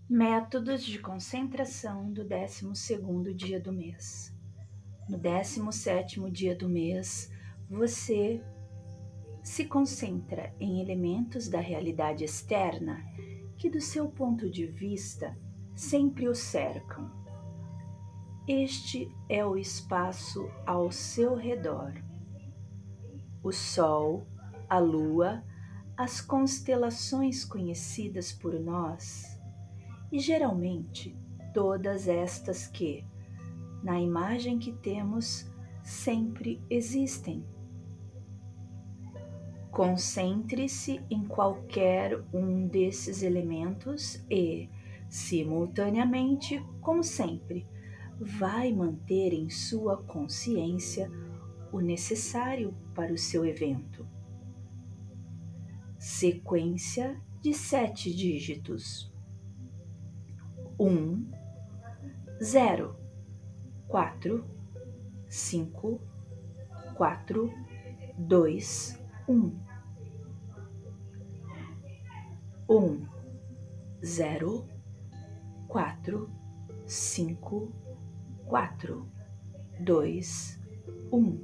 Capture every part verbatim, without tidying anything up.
Métodos de concentração do décimo segundo dia do mês. No décimo sétimo dia do mês, você se concentra em elementos da realidade externa que, do seu ponto de vista, sempre o cercam. Este é o espaço ao seu redor. O Sol, a Lua, as constelações conhecidas por nós, e geralmente todas estas que, na imagem que temos, sempre existem. Concentre-se em qualquer um desses elementos e, simultaneamente, como sempre, vai manter em sua consciência o necessário para o seu evento. Sequência de sete dígitos. Um, zero, quatro, cinco, quatro, dois, um. Um, zero, quatro, cinco, quatro, dois, um.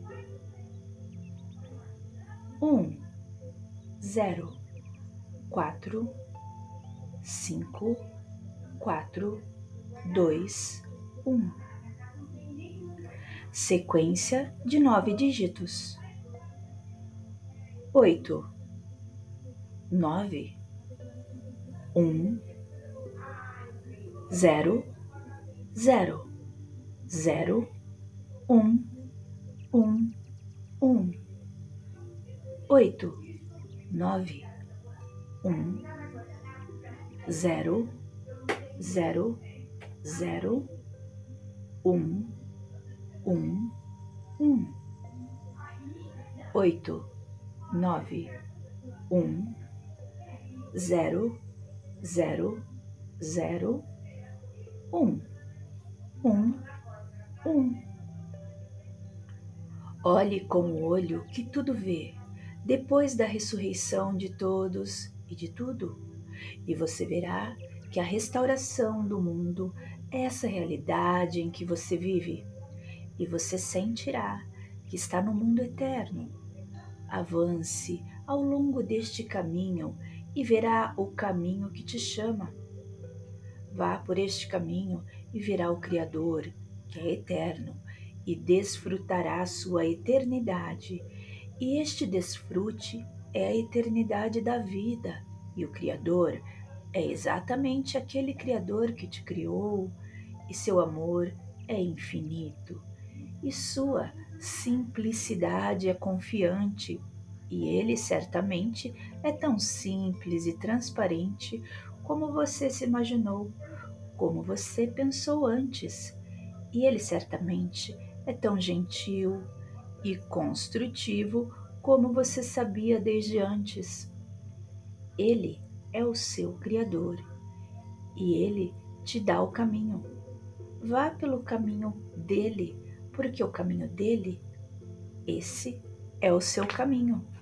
Um, zero, quatro, cinco, quatro, dois, um. Sequência de nove dígitos. Oito, nove, um, zero, zero, zero, um, um, um. Oito, nove, um, zero, zero, zero, um, um, um. Oito, nove, um, zero, zero, zero, um, um, um. Olhe com o olho que tudo vê, depois da ressurreição de todos e de tudo, e você verá que a restauração do mundo é essa realidade em que você vive, e você sentirá que está no mundo eterno. Avance ao longo deste caminho e verá o caminho que te chama. Vá por este caminho e verá o Criador, que é eterno, e desfrutará sua eternidade. E este desfrute é a eternidade da vida, e o Criador é exatamente aquele Criador que te criou, e seu amor é infinito, e sua simplicidade é confiante, e ele certamente é tão simples e transparente como você se imaginou, como você pensou antes, e ele certamente é tão gentil e construtivo como você sabia desde antes. Ele é o seu Criador e ele te dá o caminho. Vá pelo caminho dele, porque o caminho dele, esse é o seu caminho.